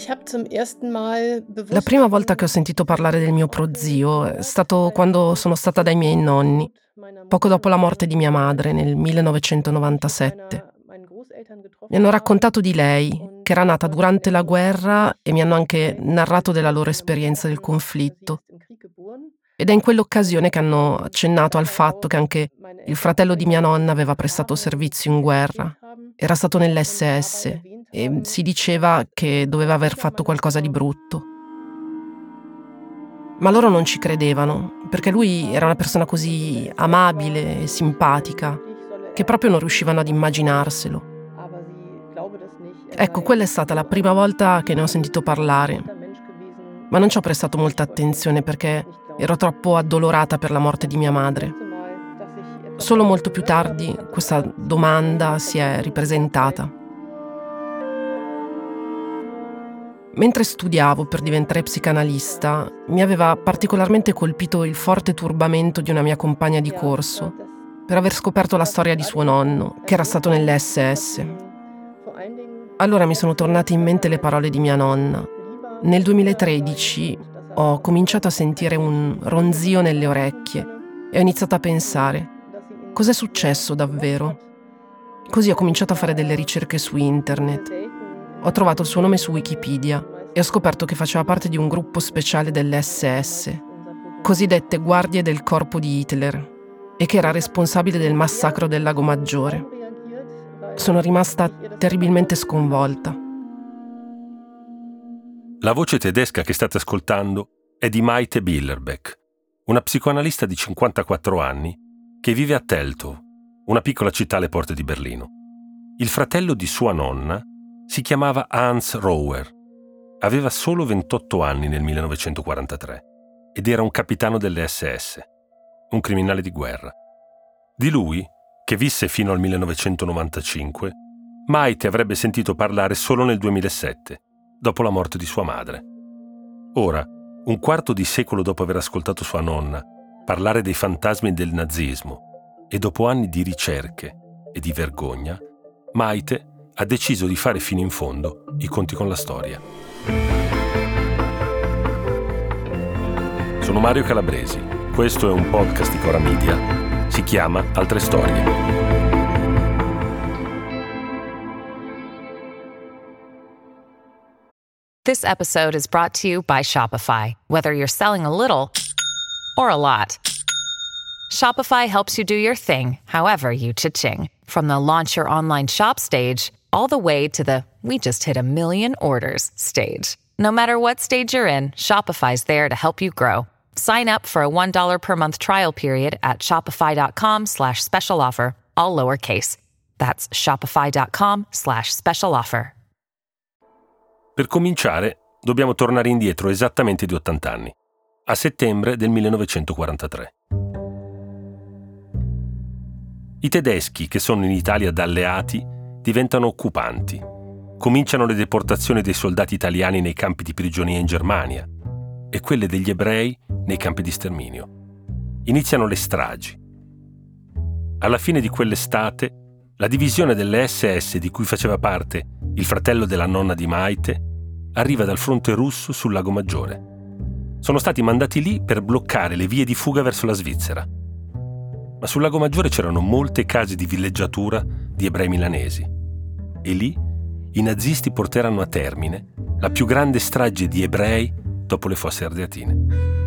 La prima volta che ho sentito parlare del mio prozio è stato quando sono stata dai miei nonni, poco dopo la morte di mia madre nel 1997. Mi hanno raccontato di lei, che era nata durante la guerra, e mi hanno anche narrato della loro esperienza del conflitto. Ed è in quell'occasione che hanno accennato al fatto che anche il fratello di mia nonna aveva prestato servizio in guerra. Era stato nell'SS e si diceva che doveva aver fatto qualcosa di brutto. Ma loro non ci credevano, perché lui era una persona così amabile e simpatica, che proprio non riuscivano ad immaginarselo. Ecco, quella è stata la prima volta che ne ho sentito parlare, ma non ci ho prestato molta attenzione perché ero troppo addolorata per la morte di mia madre. Solo molto più tardi questa domanda si è ripresentata. Mentre studiavo per diventare psicanalista, mi aveva particolarmente colpito il forte turbamento di una mia compagna di corso per aver scoperto la storia di suo nonno, che era stato nell'SS. Allora mi sono tornate in mente le parole di mia nonna. Nel 2013 ho cominciato a sentire un ronzio nelle orecchie e ho iniziato a pensare: cos'è successo davvero? Così ho cominciato a fare delle ricerche su internet. Ho trovato il suo nome su Wikipedia e ho scoperto che faceva parte di un gruppo speciale dell'SS, cosiddette Guardie del Corpo di Hitler, e che era responsabile del massacro del Lago Maggiore. Sono rimasta terribilmente sconvolta. La voce tedesca che state ascoltando è di Maite Billerbeck, una psicoanalista di 54 anni che vive a Teltow, una piccola città alle porte di Berlino. Il fratello di sua nonna si chiamava Hans Rower. Aveva solo 28 anni nel 1943 ed era un capitano delle SS, un criminale di guerra. Di lui, che visse fino al 1995, Maite avrebbe sentito parlare solo nel 2007, dopo la morte di sua madre. Ora, un quarto di secolo dopo aver ascoltato sua nonna parlare dei fantasmi del nazismo e dopo anni di ricerche e di vergogna, Maite ha deciso di fare fino in fondo i conti con la storia. Sono Mario Calabresi, questo è un podcast di Cora Media, si chiama Altre Storie. This episode is brought to you by Shopify. Whether you're selling a little or a lot, Shopify helps you do your thing, however you cha-ching. From the launch your online shop stage, all the way to the we just hit 1 million orders stage. No matter what stage you're in, Shopify's there to help you grow. Sign up for a $1 per month trial period at shopify.com/special offer, all lowercase. That's shopify.com/special offer. Per cominciare, dobbiamo tornare indietro esattamente di 80 anni, a settembre del 1943. I tedeschi, che sono in Italia da alleati, diventano occupanti. Cominciano le deportazioni dei soldati italiani nei campi di prigionia in Germania e quelle degli ebrei nei campi di sterminio. Iniziano le stragi. Alla fine di quell'estate, la divisione delle SS di cui faceva parte il fratello della nonna di Maite arriva dal fronte russo sul Lago Maggiore. Sono stati mandati lì per bloccare le vie di fuga verso la Svizzera. Ma sul Lago Maggiore c'erano molte case di villeggiatura di ebrei milanesi. E lì i nazisti porteranno a termine la più grande strage di ebrei dopo le fosse ardeatine.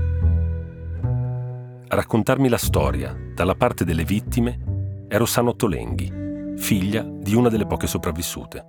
A raccontarmi la storia, dalla parte delle vittime, è Rossana Ottolenghi, figlia di una delle poche sopravvissute.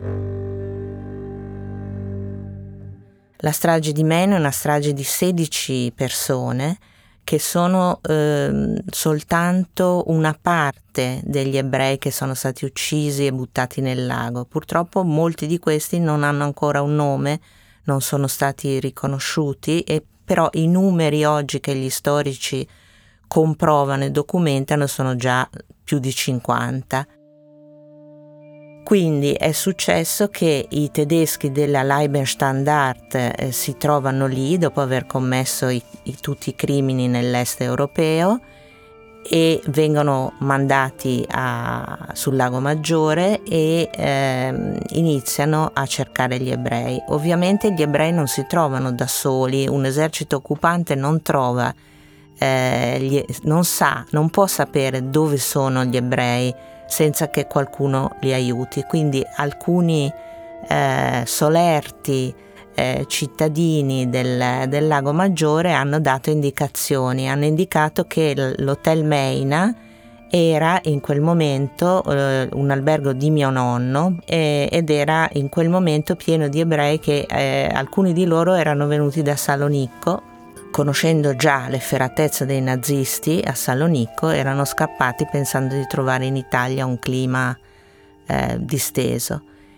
La strage di Meno è una strage di 16 persone che sono soltanto una parte degli ebrei che sono stati uccisi e buttati nel lago. Purtroppo molti di questi non hanno ancora un nome, non sono stati riconosciuti, e però i numeri oggi che gli storici comprovano e documentano sono già più di 50. Quindi è successo che i tedeschi della Leibenstandart si trovano lì dopo aver commesso tutti i crimini nell'est europeo e vengono mandati sul Lago Maggiore e iniziano a cercare gli ebrei. Ovviamente gli ebrei non si trovano da soli, un esercito occupante non trova, non può sapere dove sono gli ebrei senza che qualcuno li aiuti. Quindi alcuni solerti cittadini del Lago Maggiore hanno dato indicazioni, hanno indicato che l'Hotel Meina era in quel momento un albergo di mio nonno ed era in quel momento pieno di ebrei che alcuni di loro erano venuti da Salonicco, conoscendo già l'efferatezza dei nazisti a Salonicco, erano scappati pensando di trovare in Italia un clima disteso.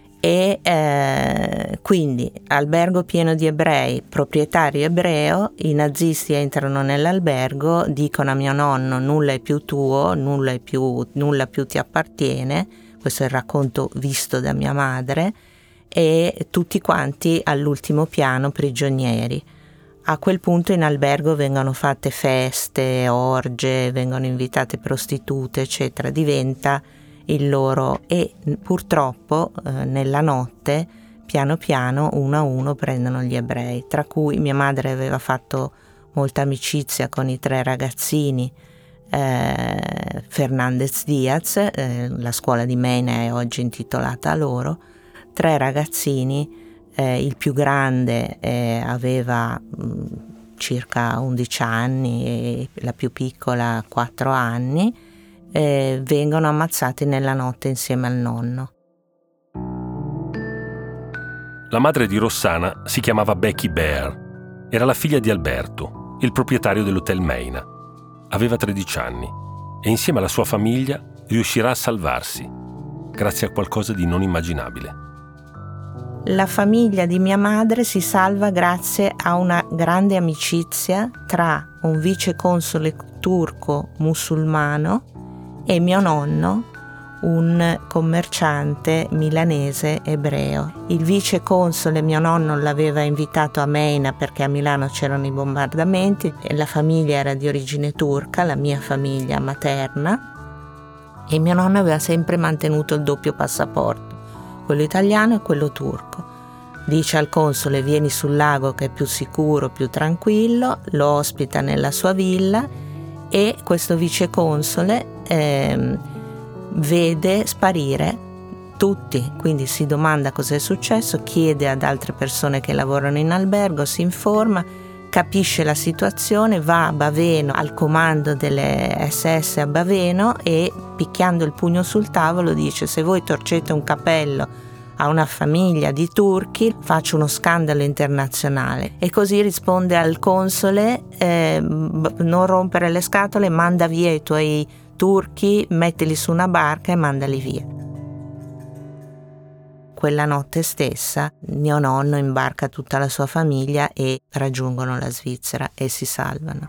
E quindi albergo pieno di ebrei, proprietario ebreo, i nazisti entrano nell'albergo, dicono a mio nonno nulla è più tuo, nulla più ti appartiene, questo è il racconto visto da mia madre, e tutti quanti all'ultimo piano prigionieri. A quel punto in albergo vengono fatte feste, orge, vengono invitate prostitute, eccetera, diventa il loro, e purtroppo nella notte piano piano uno a uno prendono gli ebrei, tra cui mia madre aveva fatto molta amicizia con i 3 ragazzini Fernandez Diaz, la scuola di Meina è oggi intitolata a loro, 3 ragazzini, il più grande aveva circa 11 anni e la più piccola 4 anni, vengono ammazzati nella notte insieme al nonno. La madre di Rossana si chiamava Becky Bear. Era la figlia di Alberto, il proprietario dell'Hotel Meina. Aveva 13 anni e insieme alla sua famiglia riuscirà a salvarsi, grazie a qualcosa di non immaginabile. La famiglia di mia madre si salva grazie a una grande amicizia tra un viceconsole turco musulmano e mio nonno, un commerciante milanese ebreo. Il viceconsole mio nonno l'aveva invitato a Meina perché a Milano c'erano i bombardamenti e la famiglia era di origine turca, la mia famiglia materna, e mio nonno aveva sempre mantenuto il doppio passaporto, quello italiano e quello turco. Dice al console: vieni sul lago che è più sicuro, più tranquillo, lo ospita nella sua villa e questo viceconsole vede sparire tutti, quindi si domanda cos'è successo, chiede ad altre persone che lavorano in albergo, si informa, capisce la situazione, va a Baveno al comando delle SS a Baveno e picchiando il pugno sul tavolo dice: se voi torcete un capello a una famiglia di turchi faccio uno scandalo internazionale. E così risponde al console: non rompere le scatole, manda via i tuoi turchi, mettili su una barca e mandali via. Quella notte stessa mio nonno imbarca tutta la sua famiglia e raggiungono la Svizzera e si salvano.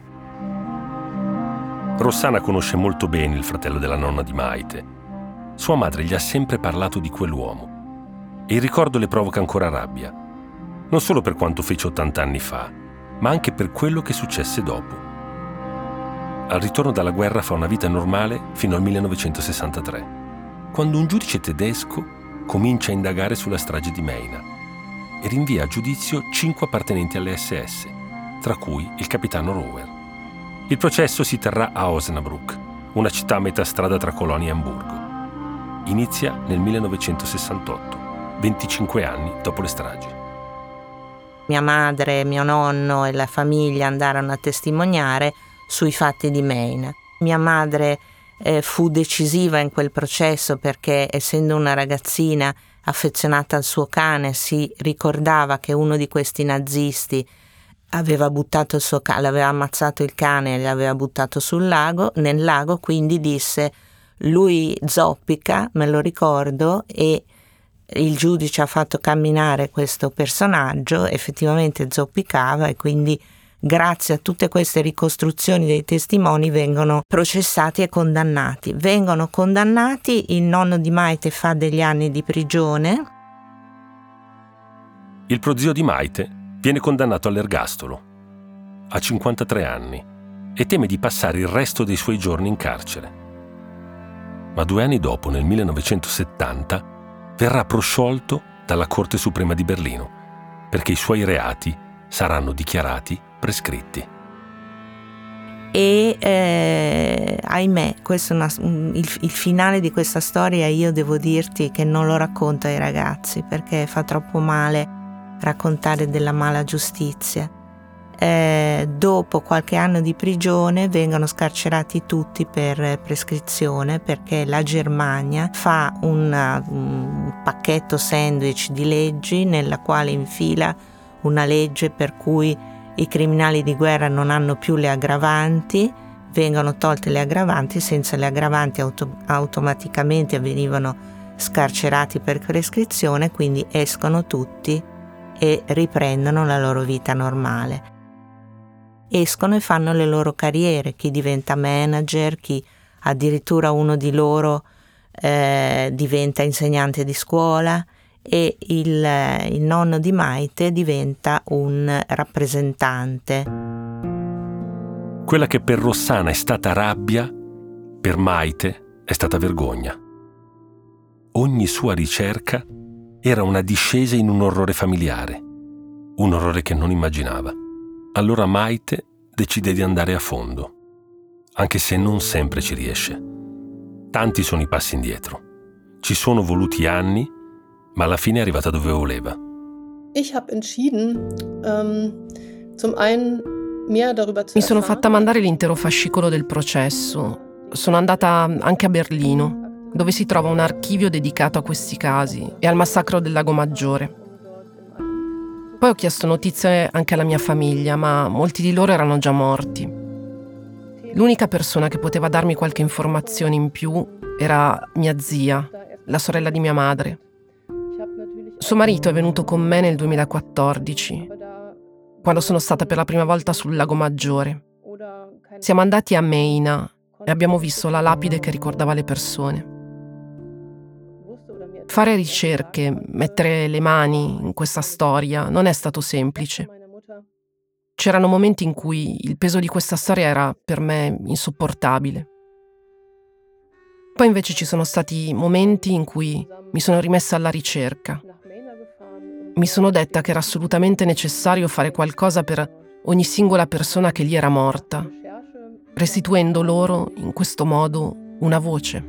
Rossana conosce molto bene il fratello della nonna di Maite. Sua madre gli ha sempre parlato di quell'uomo e il ricordo le provoca ancora rabbia, non solo per quanto fece 80 anni fa, ma anche per quello che successe dopo. Al ritorno dalla guerra fa una vita normale fino al 1963, quando un giudice tedesco comincia a indagare sulla strage di Meina e rinvia a giudizio 5 appartenenti alle SS, tra cui il capitano Rower. Il processo si terrà a Osnabrück, una città a metà strada tra Colonia e Amburgo. Inizia nel 1968, 25 anni dopo le stragi. Mia madre, mio nonno e la famiglia andarono a testimoniare sui fatti di Meina. Mia madre fu decisiva in quel processo perché, essendo una ragazzina affezionata al suo cane, si ricordava che uno di questi nazisti aveva buttato il suo cane, l'aveva ammazzato il cane e l'aveva buttato nel lago, quindi disse: lui zoppica, me lo ricordo, e il giudice ha fatto camminare questo personaggio, effettivamente zoppicava, e quindi grazie a tutte queste ricostruzioni dei testimoni vengono processati e condannati. Vengono condannati, il nonno di Maite fa degli anni di prigione. Il prozio di Maite viene condannato all'ergastolo a 53 anni e teme di passare il resto dei suoi giorni in carcere. Ma 2 anni dopo, nel 1970, verrà prosciolto dalla Corte Suprema di Berlino, perché i suoi reati saranno dichiarati prescritti. E ahimè, questo è il finale di questa storia. Io devo dirti che non lo racconto ai ragazzi, perché fa troppo male raccontare della mala giustizia. Dopo qualche anno di prigione vengono scarcerati tutti per prescrizione, perché la Germania fa un pacchetto sandwich di leggi nella quale infila una legge per cui i criminali di guerra non hanno più le aggravanti, vengono tolte le aggravanti, senza le aggravanti automaticamente venivano scarcerati per prescrizione, quindi escono tutti e riprendono la loro vita normale. Escono e fanno le loro carriere, chi diventa manager, chi addirittura uno di loro diventa insegnante di scuola, e il nonno di Maite diventa un rappresentante. Quella che per Rossana è stata rabbia, per Maite è stata vergogna. Ogni sua ricerca era una discesa in un orrore familiare, un orrore che non immaginava. Allora Maite decide di andare a fondo, anche se non sempre ci riesce. Tanti sono i passi indietro. Ci sono voluti anni, ma alla fine è arrivata dove voleva. Mi sono fatta mandare l'intero fascicolo del processo. Sono andata anche a Berlino, dove si trova un archivio dedicato a questi casi e al massacro del Lago Maggiore. Poi ho chiesto notizie anche alla mia famiglia, ma molti di loro erano già morti. L'unica persona che poteva darmi qualche informazione in più era mia zia, la sorella di mia madre. Suo marito è venuto con me nel 2014, quando sono stata per la prima volta sul Lago Maggiore. Siamo andati a Meina e abbiamo visto la lapide che ricordava le persone. Fare ricerche, mettere le mani in questa storia non è stato semplice. C'erano momenti in cui il peso di questa storia era per me insopportabile. Poi invece ci sono stati momenti in cui mi sono rimessa alla ricerca. Mi sono detta che era assolutamente necessario fare qualcosa per ogni singola persona che lì era morta, restituendo loro, in questo modo, una voce.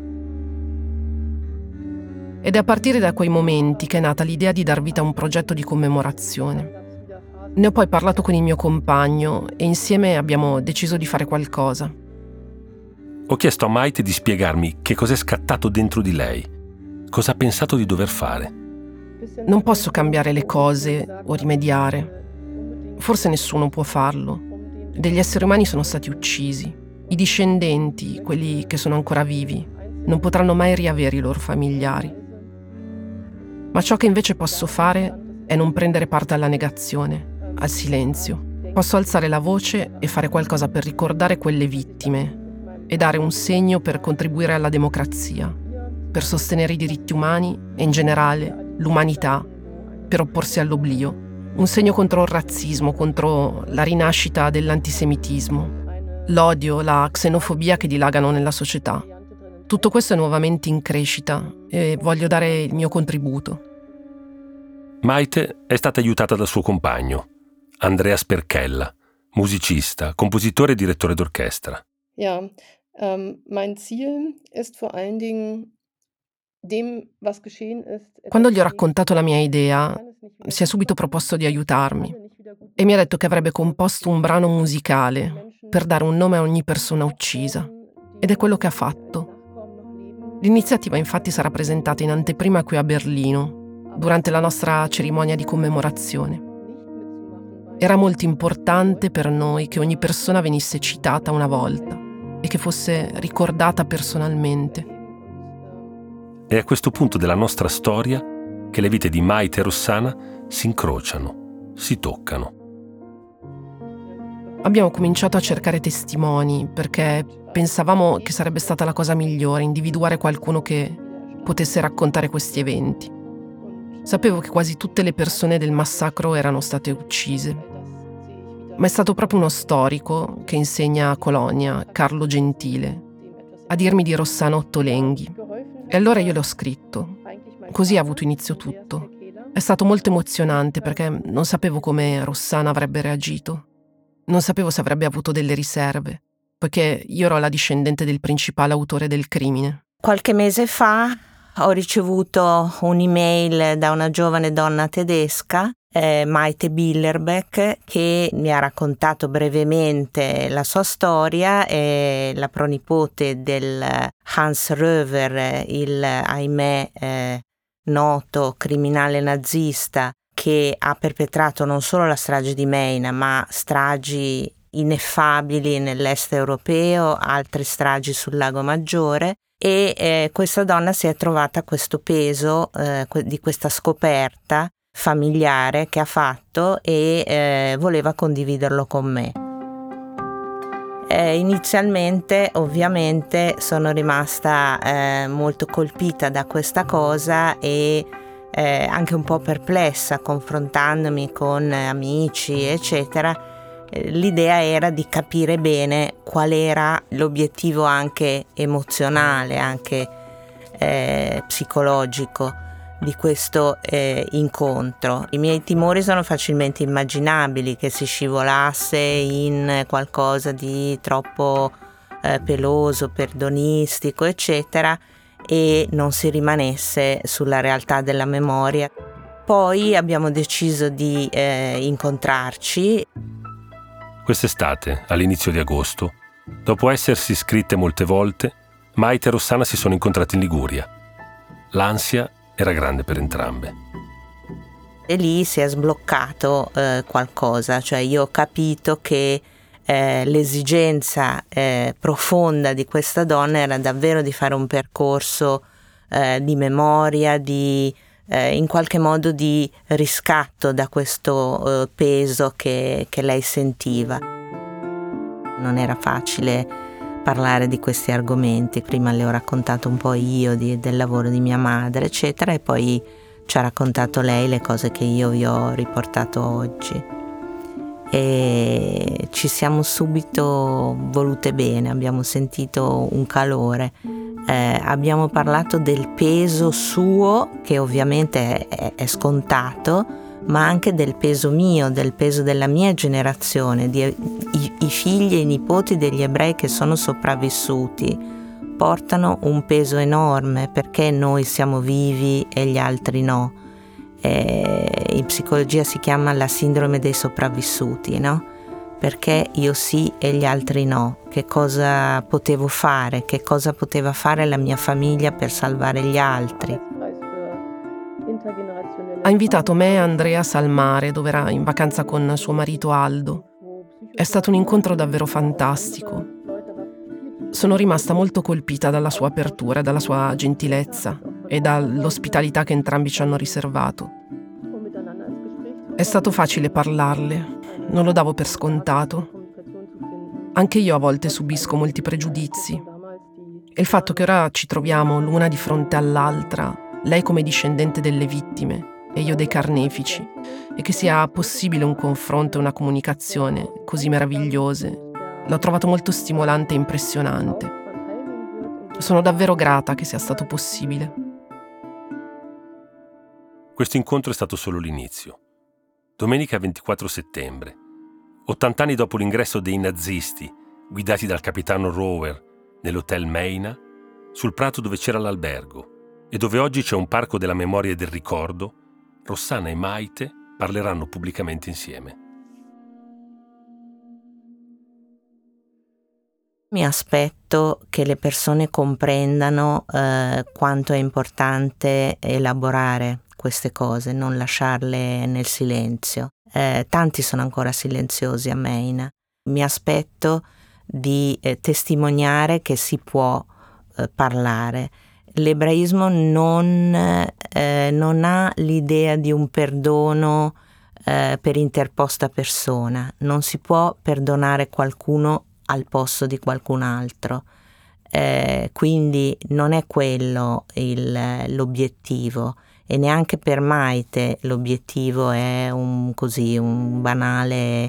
Ed è a partire da quei momenti che è nata l'idea di dar vita a un progetto di commemorazione. Ne ho poi parlato con il mio compagno e insieme abbiamo deciso di fare qualcosa. Ho chiesto a Maite di spiegarmi che cos'è scattato dentro di lei, cosa ha pensato di dover fare. Non posso cambiare le cose o rimediare. Forse nessuno può farlo. Degli esseri umani sono stati uccisi. I discendenti, quelli che sono ancora vivi, non potranno mai riavere i loro familiari. Ma ciò che invece posso fare è non prendere parte alla negazione, al silenzio. Posso alzare la voce e fare qualcosa per ricordare quelle vittime e dare un segno per contribuire alla democrazia, per sostenere i diritti umani e in generale l'umanità, per opporsi all'oblio, un segno contro il razzismo, contro la rinascita dell'antisemitismo, l'odio, la xenofobia che dilagano nella società. Tutto questo è nuovamente in crescita e voglio dare il mio contributo. Maite è stata aiutata dal suo compagno, Andrea Sperchella, musicista, compositore e direttore d'orchestra. Mein Ziel ist vor allen Dingen Quando gli ho raccontato la mia idea, si è subito proposto di aiutarmi e mi ha detto che avrebbe composto un brano musicale per dare un nome a ogni persona uccisa, ed è quello che ha fatto. L'iniziativa infatti sarà presentata in anteprima qui a Berlino, durante la nostra cerimonia di commemorazione. Era molto importante per noi che ogni persona venisse citata una volta e che fosse ricordata personalmente. È a questo punto della nostra storia che le vite di Maite e Rossana si incrociano, si toccano. Abbiamo cominciato a cercare testimoni perché pensavamo che sarebbe stata la cosa migliore individuare qualcuno che potesse raccontare questi eventi. Sapevo che quasi tutte le persone del massacro erano state uccise. ma è stato proprio uno storico che insegna a Colonia, Carlo Gentile, a dirmi di Rossana Ottolenghi. E allora io le ho scritto. Così ha avuto inizio tutto. È stato molto emozionante perché non sapevo come Rossana avrebbe reagito. Non sapevo se avrebbe avuto delle riserve, poiché io ero la discendente del principale autore del crimine. Qualche mese fa ho ricevuto un'email da una giovane donna tedesca, Maite Billerbeck, che mi ha raccontato brevemente la sua storia. È la pronipote del Hans Röver, il, ahimè, noto criminale nazista che ha perpetrato non solo la strage di Meina, ma stragi ineffabili nell'est europeo, altre stragi sul Lago Maggiore. E questa donna si è trovata questo peso di questa scoperta familiare che ha fatto e voleva condividerlo con me. Inizialmente ovviamente sono rimasta molto colpita da questa cosa e anche un po' perplessa, confrontandomi con amici eccetera. L'idea era di capire bene qual era l'obiettivo anche emozionale, anche psicologico di questo incontro. I miei timori sono facilmente immaginabili, che si scivolasse in qualcosa di troppo peloso, perdonistico, eccetera, e non si rimanesse sulla realtà della memoria. Poi abbiamo deciso di incontrarci. Quest'estate, all'inizio di agosto, dopo essersi scritte molte volte, Maite e Rossana si sono incontrate in Liguria. L'ansia era grande per entrambe. E lì si è sbloccato qualcosa, cioè io ho capito che l'esigenza profonda di questa donna era davvero di fare un percorso di memoria, di in qualche modo di riscatto da questo peso che lei sentiva. Non era facile parlare di questi argomenti. Prima le ho raccontato un po' io del lavoro di mia madre, eccetera, e poi ci ha raccontato lei le cose che io vi ho riportato oggi. E ci siamo subito volute bene, abbiamo sentito un calore. Abbiamo parlato del peso suo, che ovviamente è scontato, ma anche del peso mio, del peso della mia generazione, i figli e i nipoti degli ebrei che sono sopravvissuti portano un peso enorme, perché noi siamo vivi e gli altri no. In psicologia si chiama la sindrome dei sopravvissuti, no? Perché io sì e gli altri no? Che cosa potevo fare? Che cosa poteva fare la mia famiglia per salvare gli altri? Ha invitato me e Andreas al mare, dove era in vacanza con suo marito Aldo. È stato un incontro davvero fantastico. Sono rimasta molto colpita dalla sua apertura, dalla sua gentilezza e dall'ospitalità che entrambi ci hanno riservato. È stato facile parlarle. Non lo davo per scontato. Anche io a volte subisco molti pregiudizi. E il fatto che ora ci troviamo l'una di fronte all'altra, lei come discendente delle vittime e io dei carnefici, e che sia possibile un confronto e una comunicazione così meravigliose, l'ho trovato molto stimolante e impressionante. Sono davvero grata che sia stato possibile. Questo incontro è stato solo l'inizio. Domenica 24 settembre, 80 anni dopo l'ingresso dei nazisti, guidati dal capitano Rower, nell'hotel Meina, sul prato dove c'era l'albergo e dove oggi c'è un parco della memoria e del ricordo, Rossana e Maite parleranno pubblicamente insieme. Mi aspetto che le persone comprendano quanto è importante elaborare queste cose, non lasciarle nel silenzio. Tanti sono ancora silenziosi a Meina. Mi aspetto di testimoniare che si può parlare. L'ebraismo non ha l'idea di un perdono per interposta persona. Non si può perdonare qualcuno al posto di qualcun altro. Quindi non è quello l'obiettivo. E neanche per Maite l'obiettivo è un banale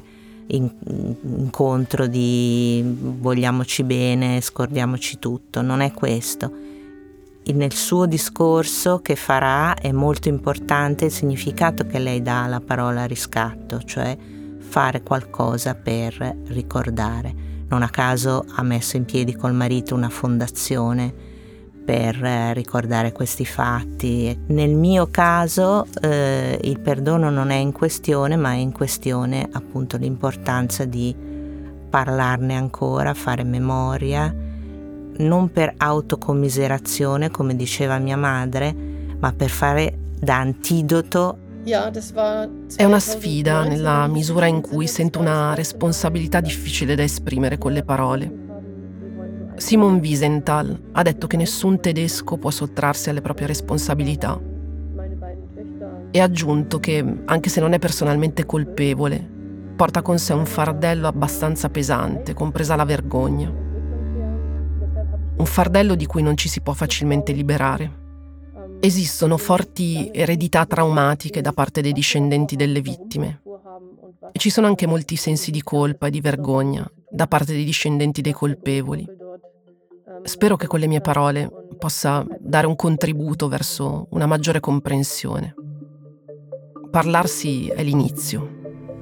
incontro di vogliamoci bene, scordiamoci tutto, non è questo. Nel suo discorso che farà è molto importante il significato che lei dà alla parola riscatto, cioè fare qualcosa per ricordare. Non a caso ha messo in piedi col marito una fondazione per ricordare questi fatti. Nel mio caso il perdono non è in questione, ma è in questione appunto l'importanza di parlarne ancora, fare memoria, non per autocommiserazione, come diceva mia madre, ma per fare da antidoto. È una sfida nella misura in cui sento una responsabilità difficile da esprimere con le parole. Simon Wiesenthal ha detto che nessun tedesco può sottrarsi alle proprie responsabilità. E ha aggiunto che, anche se non è personalmente colpevole, porta con sé un fardello abbastanza pesante, compresa la vergogna. Un fardello di cui non ci si può facilmente liberare. Esistono forti eredità traumatiche da parte dei discendenti delle vittime. E ci sono anche molti sensi di colpa e di vergogna da parte dei discendenti dei colpevoli. Spero che con le mie parole possa dare un contributo verso una maggiore comprensione. Parlarsi è l'inizio.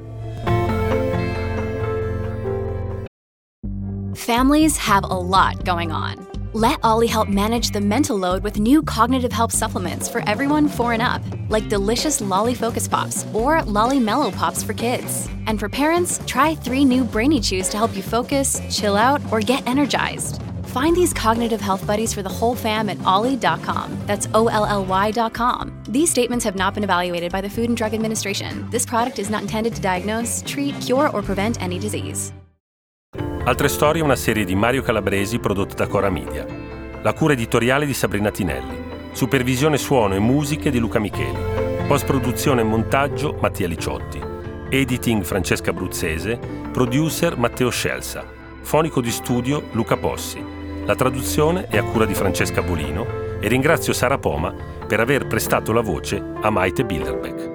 Families have a lot going on. Let Ollie help manage the mental load with new cognitive help supplements for everyone 4 and up, like delicious Lolly Focus Pops or Lolly Mellow Pops for kids. And for parents, try 3 new Brainy Chews to help you focus, chill out, or get energized. Find these cognitive health buddies for the whole fam at ollie.com. That's OLLY.com. These statements have not been evaluated by the Food and Drug Administration. This product is not intended to diagnose, treat, cure, or prevent any disease. Altre storie è una serie di Mario Calabresi prodotta da Cora Media. La cura editoriale di Sabrina Tinelli. Supervisione suono e musiche di Luca Micheli. Post-produzione e montaggio Mattia Liciotti. Editing Francesca Bruzzese. Producer Matteo Scelsa. Fonico di studio Luca Possi. La traduzione è a cura di Francesca Bolino e ringrazio Sara Poma per aver prestato la voce a Maite Bilderbeck.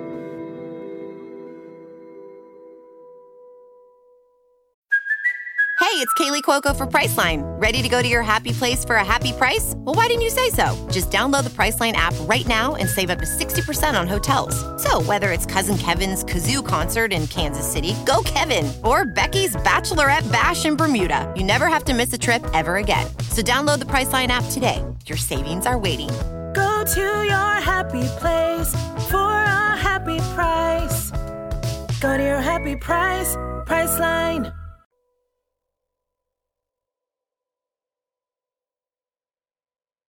Hey, it's Kaylee Cuoco for Priceline. Ready to go to your happy place for a happy price? Well, why didn't you say so? Just download the Priceline app right now and save up to 60% on hotels. So whether it's Cousin Kevin's Kazoo Concert in Kansas City, go Kevin, or Becky's Bachelorette Bash in Bermuda, you never have to miss a trip ever again. So download the Priceline app today. Your savings are waiting. Go to your happy place for a happy price. Go to your happy price, Priceline.